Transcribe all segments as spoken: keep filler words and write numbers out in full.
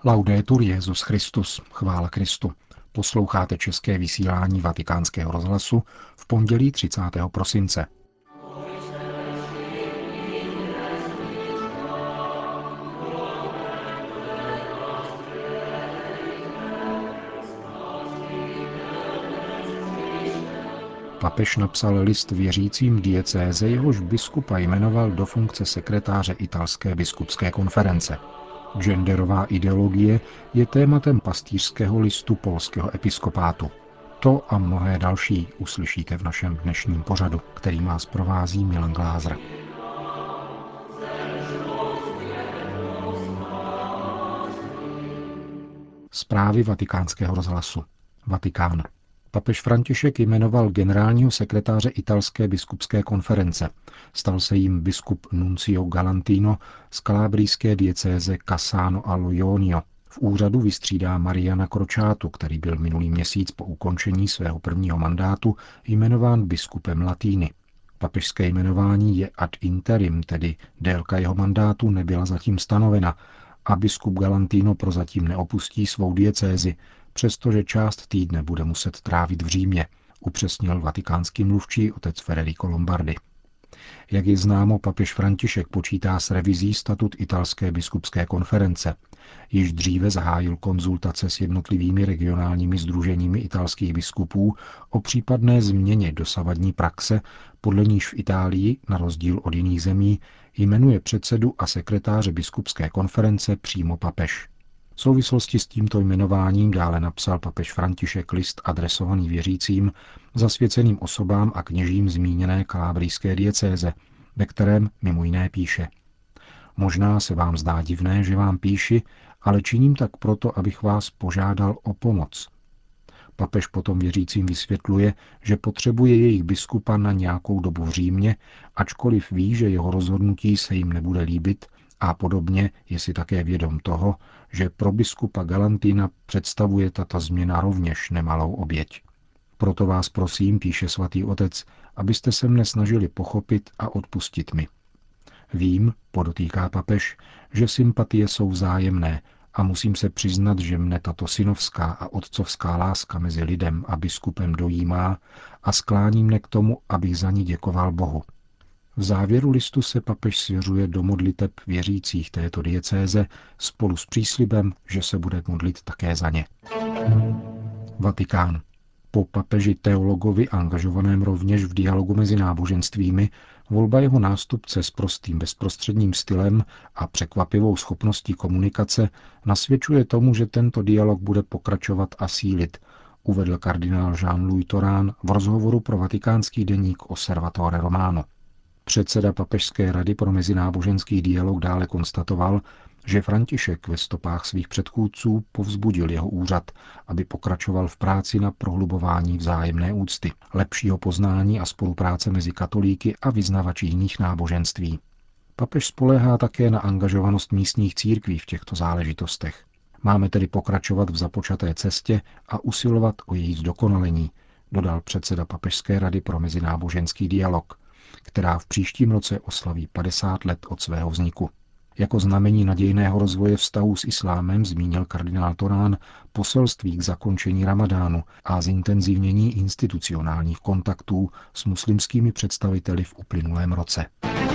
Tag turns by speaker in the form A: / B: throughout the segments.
A: Laudetur Jesus Christus, chvála Kristu. Posloucháte české vysílání Vatikánského rozhlasu v pondělí třicátého prosince. Papež napsal list věřícím diecéze, jehož biskupa jmenoval do funkce sekretáře italské biskupské konference. Genderová ideologie je tématem pastýřského listu polského episkopátu. To a mnohé další uslyšíte v našem dnešním pořadu, který vás provází Milan Glázer. Zprávy Vatikánského rozhlasu. Vatikán. Papež František jmenoval generálního sekretáře italské biskupské konference. Stal se jím biskup Nunzio Galantino z kalábrijské diecéze Cassano a Lojonio. V úřadu vystřídá Mariana Crociatu, který byl minulý měsíc po ukončení svého prvního mandátu jmenován biskupem Latiny. Papežské jmenování je ad interim, tedy délka jeho mandátu nebyla zatím stanovena a biskup Galantino prozatím neopustí svou diecézi, přestože část týdne bude muset trávit v Římě, upřesnil vatikánský mluvčí otec Federico Lombardi. Jak je známo, papež František počítá s revizí statut italské biskupské konference. Již dříve zahájil konzultace s jednotlivými regionálními sdruženími italských biskupů o případné změně dosavadní praxe, podle níž v Itálii, na rozdíl od jiných zemí, jmenuje předsedu a sekretáře biskupské konference přímo papež. V souvislosti s tímto jmenováním dále napsal papež František list adresovaný věřícím, zasvěceným osobám a kněžím zmíněné kalábrijské diecéze, ve kterém mimo jiné píše: Možná se vám zdá divné, že vám píši, ale činím tak proto, abych vás požádal o pomoc. Papež potom věřícím vysvětluje, že potřebuje jejich biskupa na nějakou dobu v Římě, ačkoliv ví, že jeho rozhodnutí se jim nebude líbit, a podobně je si také vědom toho, že pro biskupa Galantina představuje tato změna rovněž nemalou oběť. Proto vás prosím, píše svatý otec, abyste se mne snažili pochopit a odpustit mi. Vím, podotýká papež, že sympatie jsou vzájemné a musím se přiznat, že mne tato synovská a otcovská láska mezi lidem a biskupem dojímá a sklání mne k tomu, abych za ní děkoval Bohu. V závěru listu se papež svěřuje do modliteb věřících této diecéze spolu s příslibem, že se bude modlit také za ně. Vatikán. Po papeži teologovi angažovaném rovněž v dialogu mezi náboženstvími, volba jeho nástupce s prostým bezprostředním stylem a překvapivou schopností komunikace nasvědčuje tomu, že tento dialog bude pokračovat a sílit, uvedl kardinál Jean-Louis Torán v rozhovoru pro vatikánský deník Osservatore Romano. Předseda Papežské rady pro mezináboženský dialog dále konstatoval, že František ve stopách svých předchůdců povzbudil jeho úřad, aby pokračoval v práci na prohlubování vzájemné úcty, lepšího poznání a spolupráce mezi katolíky a vyznavači jiných náboženství. Papež spoléhá také na angažovanost místních církví v těchto záležitostech. Máme tedy pokračovat v započaté cestě a usilovat o její zdokonalení, dodal předseda Papežské rady pro mezináboženský dialog, která v příštím roce oslaví padesát let od svého vzniku. Jako znamení nadějného rozvoje vztahů s islámem zmínil kardinál Torán poselství k zakončení ramadánu a zintenzivnění institucionálních kontaktů s muslimskými představiteli v uplynulém roce.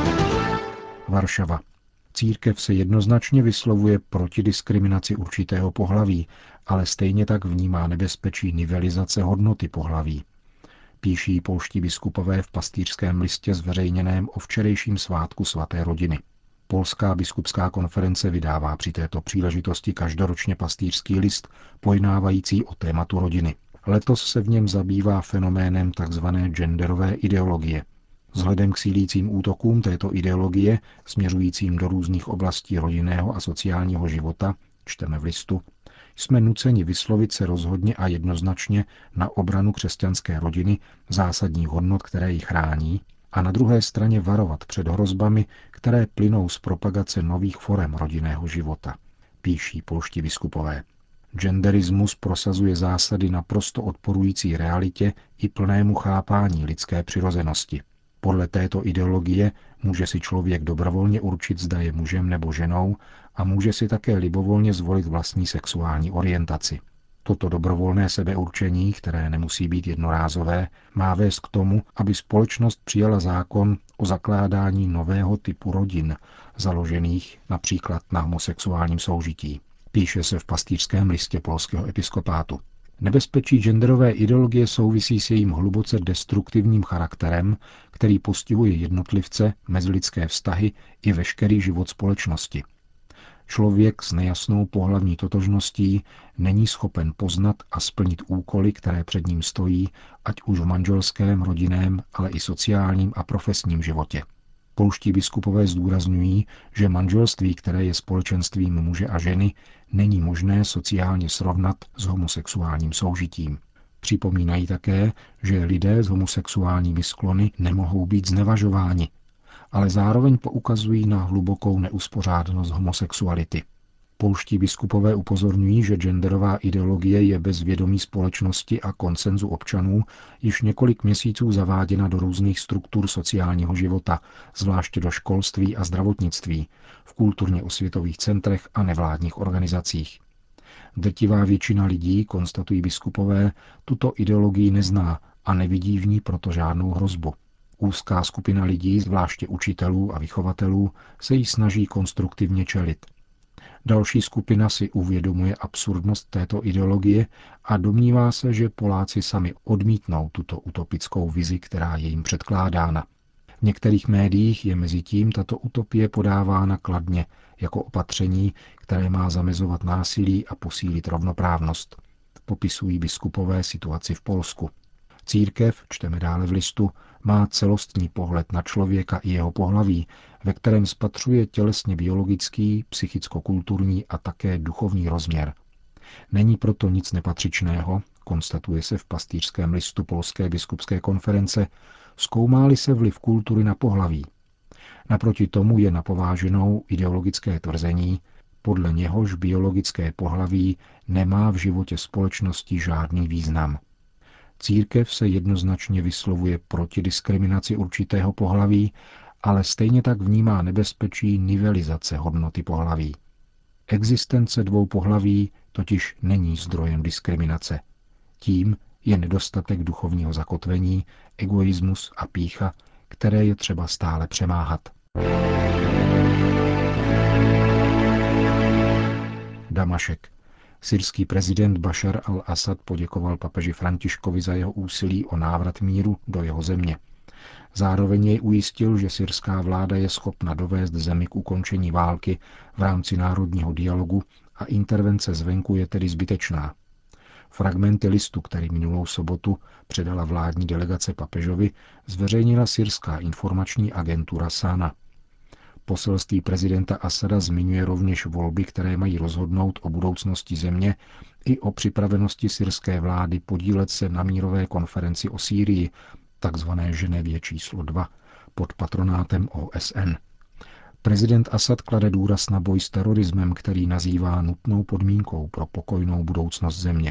A: Varšava. Církev se jednoznačně vyslovuje proti diskriminaci určitého pohlaví, ale stejně tak vnímá nebezpečí nivelizace hodnoty pohlaví. Píší polští biskupové v pastýřském listě zveřejněném o včerejším svátku svaté rodiny. Polská biskupská konference vydává při této příležitosti každoročně pastýřský list pojednávající o tématu rodiny. Letos se v něm zabývá fenoménem tzv. Genderové ideologie. Vzhledem k sílícím útokům této ideologie, směřujícím do různých oblastí rodinného a sociálního života, čteme v listu, jsme nuceni vyslovit se rozhodně a jednoznačně na obranu křesťanské rodiny, zásadních hodnot, které ji chrání, a na druhé straně varovat před hrozbami, které plynou z propagace nových forem rodinného života, píší polští biskupové. Genderismus prosazuje zásady naprosto odporující realitě i plnému chápání lidské přirozenosti. Podle této ideologie může si člověk dobrovolně určit, zda je mužem nebo ženou, a může si také libovolně zvolit vlastní sexuální orientaci. Toto dobrovolné sebeurčení, které nemusí být jednorázové, má vést k tomu, aby společnost přijala zákon o zakládání nového typu rodin, založených například na homosexuálním soužití. Píše se v pastýřském listě polského episkopátu. Nebezpečí genderové ideologie souvisí s jejím hluboce destruktivním charakterem, který postihuje jednotlivce, mezilidské vztahy i veškerý život společnosti. Člověk s nejasnou pohlavní totožností není schopen poznat a splnit úkoly, které před ním stojí, ať už v manželském, rodinném, ale i sociálním a profesním životě. Polští biskupové zdůrazňují, že manželství, které je společenstvím muže a ženy, není možné sociálně srovnat s homosexuálním soužitím. Připomínají také, že lidé s homosexuálními sklony nemohou být znevažováni, ale zároveň poukazují na hlubokou neuspořádanost homosexuality. Polští biskupové upozorňují, že genderová ideologie je bez vědomí společnosti a konsenzu občanů již několik měsíců zaváděna do různých struktur sociálního života, zvláště do školství a zdravotnictví, v kulturně osvětových centrech a nevládních organizacích. Drtivá většina lidí, konstatují biskupové, tuto ideologii nezná a nevidí v ní proto žádnou hrozbu. Úzká skupina lidí, zvláště učitelů a vychovatelů, se jí snaží konstruktivně čelit. Další skupina si uvědomuje absurdnost této ideologie a domnívá se, že Poláci sami odmítnou tuto utopickou vizi, která je jim předkládána. V některých médiích je mezitím tato utopie podávána kladně jako opatření, které má zamezovat násilí a posílit rovnoprávnost. Popisují biskupové situaci v Polsku. Církev, čteme dále v listu, má celostní pohled na člověka i jeho pohlaví, ve kterém spatřuje tělesně biologický, psychicko-kulturní a také duchovní rozměr. Není proto nic nepatřičného, konstatuje se v pastýřském listu Polské biskupské konference, zkoumá-li se vliv kultury na pohlaví. Naproti tomu je napováženou ideologické tvrzení, podle něhož biologické pohlaví nemá v životě společnosti žádný význam. Církev se jednoznačně vyslovuje proti diskriminaci určitého pohlaví, ale stejně tak vnímá nebezpečí nivelizace hodnoty pohlaví. Existence dvou pohlaví totiž není zdrojem diskriminace. Tím je nedostatek duchovního zakotvení, egoismus a pýcha, které je třeba stále přemáhat. Damašek. Syrský prezident Bašar al-Asad poděkoval papeži Františkovi za jeho úsilí o návrat míru do jeho země. Zároveň jej ujistil, že syrská vláda je schopna dovést zemi k ukončení války v rámci národního dialogu a intervence zvenku je tedy zbytečná. Fragmenty listu, který minulou sobotu předala vládní delegace papežovi, zveřejnila syrská informační agentura Sana. Poselství prezidenta Asada zmiňuje rovněž volby, které mají rozhodnout o budoucnosti země i o připravenosti syrské vlády podílet se na mírové konferenci o Sýrii, takzvané Ženevě číslo dva, pod patronátem O S N. Prezident Asad klade důraz na boj s terorismem, který nazývá nutnou podmínkou pro pokojnou budoucnost země.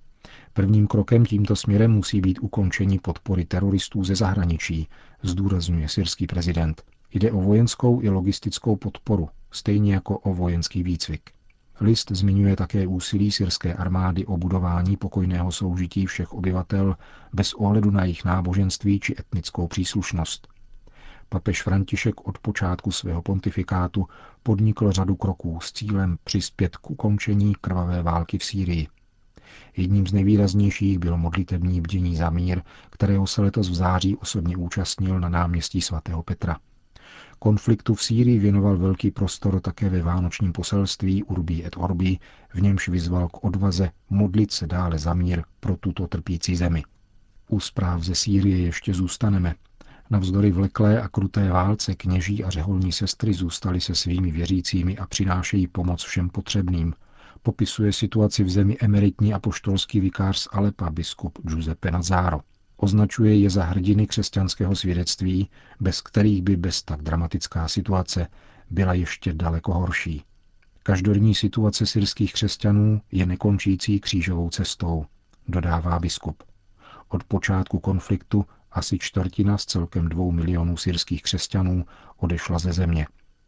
A: Prvním krokem tímto směrem musí být ukončení podpory teroristů ze zahraničí, zdůrazňuje syrský prezident. Jde o vojenskou i logistickou podporu, stejně jako o vojenský výcvik. List zmiňuje také úsilí syrské armády o budování pokojného soužití všech obyvatel bez ohledu na jejich náboženství či etnickou příslušnost. Papež František od počátku svého pontifikátu podnikl řadu kroků s cílem přispět k ukončení krvavé války v Sýrii. Jedním z nejvýraznějších bylo modlitební bdění za mír, kterého se letos v září osobně účastnil na náměstí svatého Petra. Konfliktu v Sýrii věnoval velký prostor také ve vánočním poselství Urbi et Orbi, v němž vyzval k odvaze modlit se dále za mír pro tuto trpící zemi. U zpráv ze Sýrie ještě zůstaneme. Navzdory vleklé a kruté válce kněží a řeholní sestry zůstali se svými věřícími a přinášejí pomoc všem potřebným. Popisuje situaci v zemi emeritní apoštolský vikář z Alepa biskup Giuseppe Nazaro. Označuje je za hrdiny křesťanského svědectví, bez kterých by bez tak dramatická situace byla ještě daleko horší. Každodenní situace syrských křesťanů je nekončící křížovou cestou, dodává biskup. Od počátku konfliktu asi čtvrtina z celkem dvou milionů syrských křesťanů odešla ze země.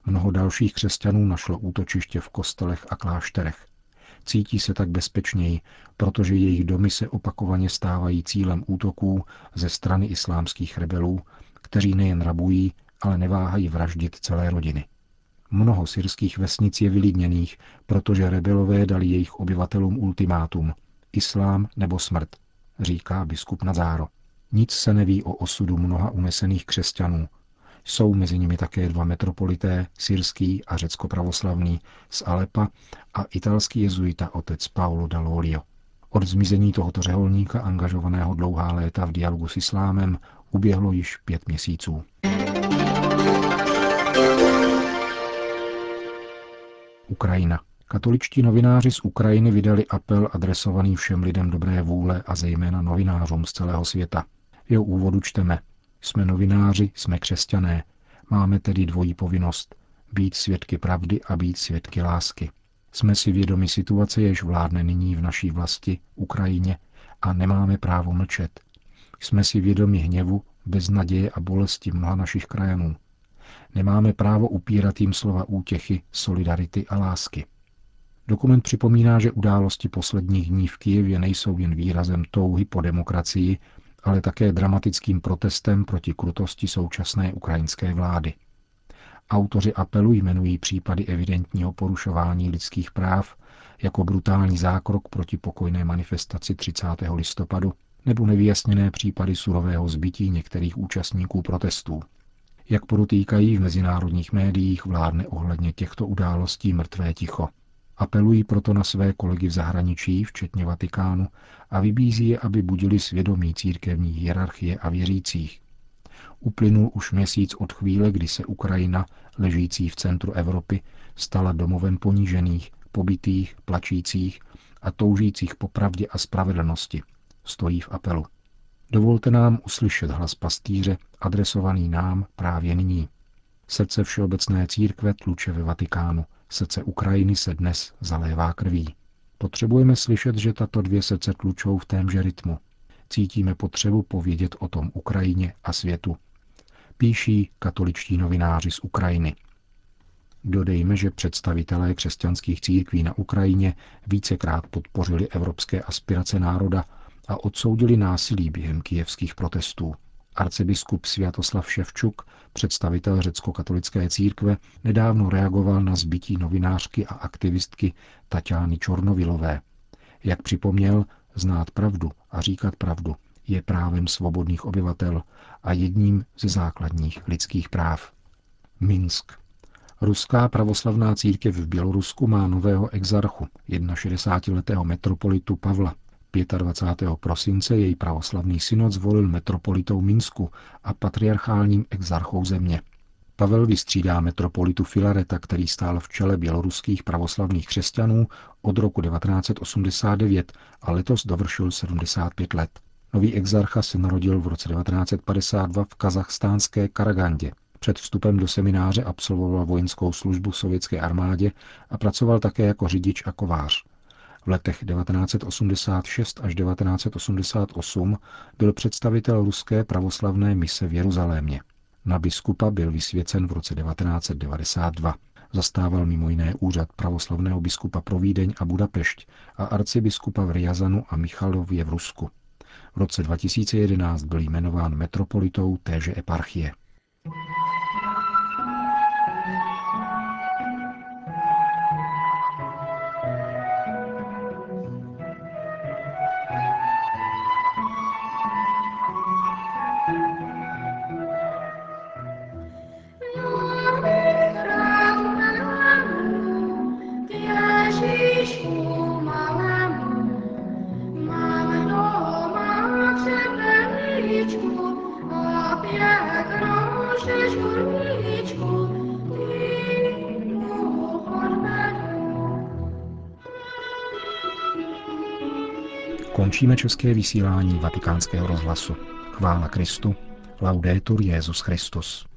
A: Mnoho dalších křesťanů našlo útočiště v kostelech a klášterech. Cítí se tak bezpečněji, protože jejich domy se opakovaně stávají cílem útoků ze strany islámských rebelů, kteří nejen rabují, ale neváhají vraždit celé rodiny. Mnoho syrských vesnic je vylidněných, protože rebelové dali jejich obyvatelům ultimátum – islám nebo smrt, říká biskup Nazáro. Nic se neví o osudu mnoha unesených křesťanů. Jsou mezi nimi také dva metropolité, syrský a řecko-pravoslavný z Alepa a italský jezuita otec Paolo Dall'Olio. Od zmizení tohoto řeholníka, angažovaného dlouhá léta v dialogu s islámem, uběhlo již pět měsíců. Ukrajina. Katoličtí novináři z Ukrajiny vydali apel adresovaný všem lidem dobré vůle a zejména novinářům z celého světa. V jeho úvodu čteme: Jsme novináři, jsme křesťané. Máme tedy dvojí povinnost. Být svědky pravdy a být svědky lásky. Jsme si vědomi situace, jež vládne nyní v naší vlasti, Ukrajině, a nemáme právo mlčet. Jsme si vědomi hněvu, beznaděje a bolesti mnoha našich krajanů. Nemáme právo upírat jim slova útěchy, solidarity a lásky. Dokument připomíná, že události posledních dní v Kyjevě nejsou jen výrazem touhy po demokracii, ale také dramatickým protestem proti krutosti současné ukrajinské vlády. Autoři apelu jmenují případy evidentního porušování lidských práv jako brutální zákrok proti pokojné manifestaci třicátého listopadu nebo nevyjasněné případy surového zbytí některých účastníků protestů. Jak podotýkají v mezinárodních médiích, vládne ohledně těchto událostí mrtvé ticho. Apelují proto na své kolegy v zahraničí, včetně Vatikánu, a vybízí je, aby budili svědomí církevní hierarchie a věřících. Uplynul už měsíc od chvíle, kdy se Ukrajina, ležící v centru Evropy, stala domovem ponížených, pobitých, plačících a toužících po pravdě a spravedlnosti, stojí v apelu. Dovolte nám uslyšet hlas pastýře, adresovaný nám právě nyní. Srdce všeobecné církve tluče ve Vatikánu, srdce Ukrajiny se dnes zalévá krví. Potřebujeme slyšet, že tato dvě srdce tlučou v témže rytmu. Cítíme potřebu povědět o tom Ukrajině a světu. Píší katoličtí novináři z Ukrajiny. Dodejme, že představitelé křesťanských církví na Ukrajině vícekrát podpořili evropské aspirace národa a odsoudili násilí během kyjevských protestů. Arcibiskup Sviatoslav Ševčuk, představitel řecko-katolické církve, nedávno reagoval na zbití novinářky a aktivistky Taťány Čornovilové. Jak připomněl, znát pravdu a říkat pravdu je právem svobodných obyvatel a jedním ze základních lidských práv. Minsk. Ruská pravoslavná církev v Bělorusku má nového exarchu, šedesátiletého metropolitu Pavla. dvacátého pátého prosince jej pravoslavný synod zvolil metropolitou Minsku a patriarchálním exarchou země. Pavel vystřídá metropolitu Filareta, který stál v čele běloruských pravoslavných křesťanů od roku devatenáct set osmdesát devět a letos dovršil sedmdesát pět let. Nový exarcha se narodil v roce devatenáct set padesát dva v kazachstánské Karagandě. Před vstupem do semináře absolvoval vojenskou službu v sovětské armádě a pracoval také jako řidič a kovář. V letech devatenáct set osmdesát šest až devatenáct set osmdesát osm byl představitel ruské pravoslavné mise v Jeruzalémě. Na biskupa byl vysvěcen v roce devatenáct set devadesát dva. Zastával mimo jiné úřad pravoslavného biskupa pro Vídeň a Budapešť a arcibiskupa v Ryazanu a Michalově v Rusku. V roce dva tisíce jedenáct byl jmenován metropolitou téže eparchie. Končíme české vysílání Vatikánského rozhlasu. Chvála Kristu. Laudetur Jesus Christus.